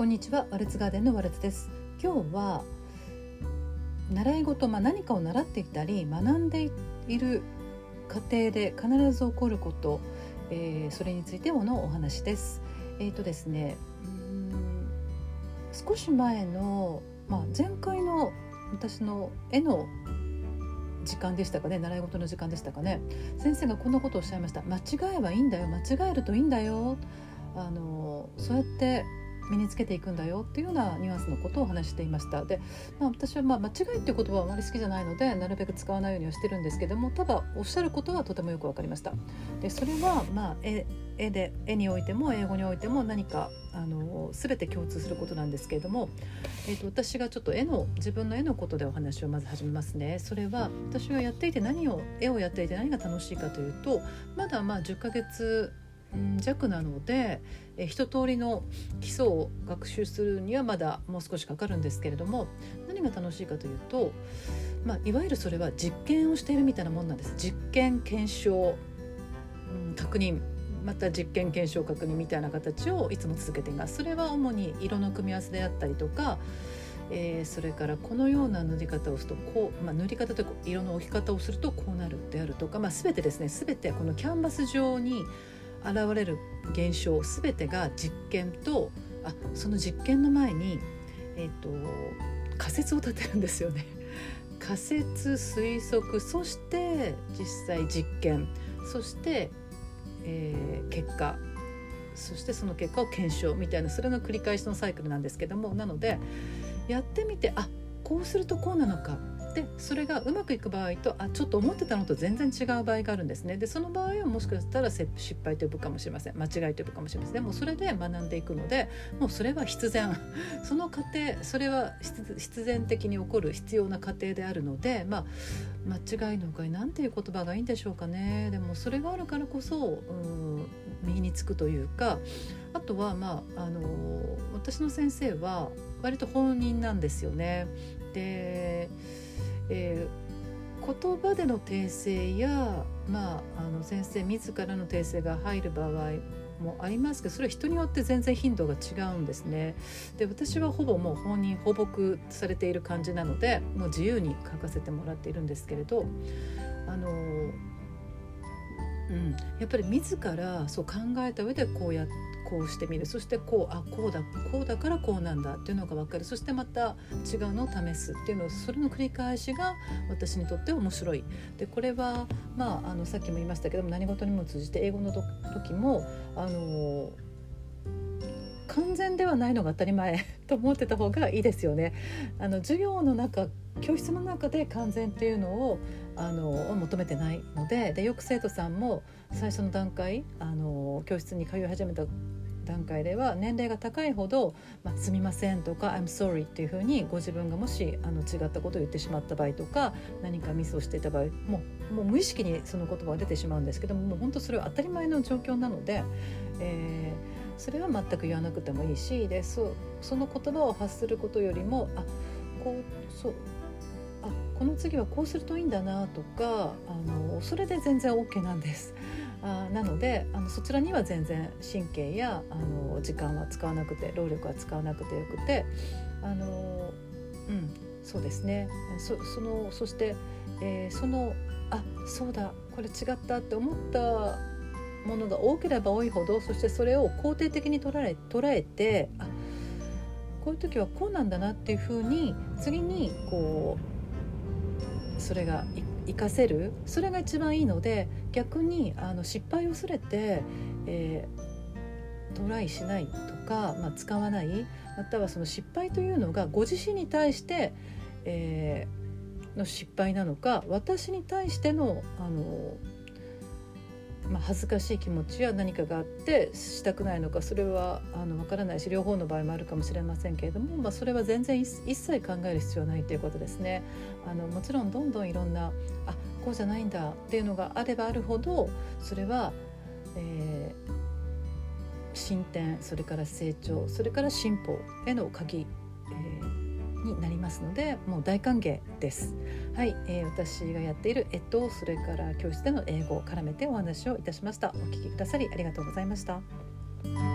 んにちは、ワルツガーデンのワルツです。今日は習い事、何かを習っていたり学んでいる過程で必ず起こること、それについてのお話です。ですね、少し前の、前回の私の絵の時間でしたかね、習い事の時間でしたかね、先生がこんなことをおっしゃいました。間違えはいいんだよ、間違えるといいんだよ、そうやって身につけていくんだよっていうようなニュアンスのことをお話していました。で、私は間違いっていう言葉はあまり好きじゃないのでなるべく使わないようにはしてるんですけども、ただおっしゃることはとてもよくわかりました。でそれは、絵においても英語においても何か全て共通することなんですけれども、私がちょっと自分の絵のことでお話をまず始めますね。それは私がやっていて絵をやっていて何が楽しいかというと、まだ10ヶ月弱なので、一通りの基礎を学習するにはまだもう少しかかるんですけれども、何が楽しいかというと、いわゆるそれは実験をしているみたいなもんなんです。実験検証、確認、また実験検証確認みたいな形をいつも続けています。それは主に色の組み合わせであったりとか、それからこのような塗り方をすると塗り方というか色の置き方をするとこうなるであるとか、全てですね、全てこのキャンバス上に現れる現象すべてが実験と、その実験の前に、仮説を立てるんですよね。仮説、推測、そして実際実験、そして、結果、そしてその結果を検証みたいな、それの繰り返しのサイクルなんですけども、なのでやってみて、こうするとこうなのか、でそれがうまくいく場合と、ちょっと思ってたのと全然違う場合があるんですね。でその場合はもしかしたら失敗と呼ぶかもしれません、間違いと呼ぶかもしれません。でもそれで学んでいくので、もうそれは必然その過程、それは必然的に起こる必要な過程であるので、間違いの誤解なんていう言葉がいいんでしょうかね。でもそれがあるからこそ身につくというか、あとは私の先生は割と本人なんですよね。で言葉での訂正や、先生自らの訂正が入る場合もありますけど、それは人によって全然頻度が違うんですね。で私はほぼもう本人放牧されている感じなので、もう自由に書かせてもらっているんですけれど、やっぱり自らそう考えた上でこうしてみる、そしてこうだからこうなんだっていうのが分かる、そしてまた違うのを試すっていうのを、それの繰り返しが私にとって面白い。でこれは、さっきも言いましたけども、何事にも通じて英語の時も完全ではないのが当たり前と思ってた方がいいですよね。授業の中、教室の中で完全っていうのを求めてないので、よく生徒さんも最初の段階、教室に通い始めた段階では年齢が高いほど、すみませんとか I'm sorry っていうふうにご自分がもし違ったことを言ってしまった場合とか、何かミスをしていた場合、もう無意識にその言葉が出てしまうんですけども、もう本当それは当たり前の状況なので、それは全く言わなくてもいいし、でその言葉を発することよりも、この次はこうするといいんだなとか、それで全然 OK なんです。なのでそちらには全然神経や時間は使わなくて、労力は使わなくてよくて、そうですね。そして、そうだ、これ違ったって思ったものが多ければ多いほど、そしてそれを肯定的に捉えて、こういう時はこうなんだなっていうふうに次にそれが活かせる、それが一番いいので、逆に失敗を恐れて、トライしないとか、使わない、またはその失敗というのがご自身に対して、の失敗なのか、私に対しての恥ずかしい気持ちや何かがあってしたくないのか、それは分からないし、両方の場合もあるかもしれませんけれども、それは全然一切考える必要はないということですね。もちろんどんどんいろんなこうじゃないんだっていうのがあればあるほど、それは、進展、それから成長、それから進歩への鍵、になりますので、もう大歓迎です。はい、私がやっている絵と、それから教室での英語を絡めてお話をいたしました。お聞きくださりありがとうございました。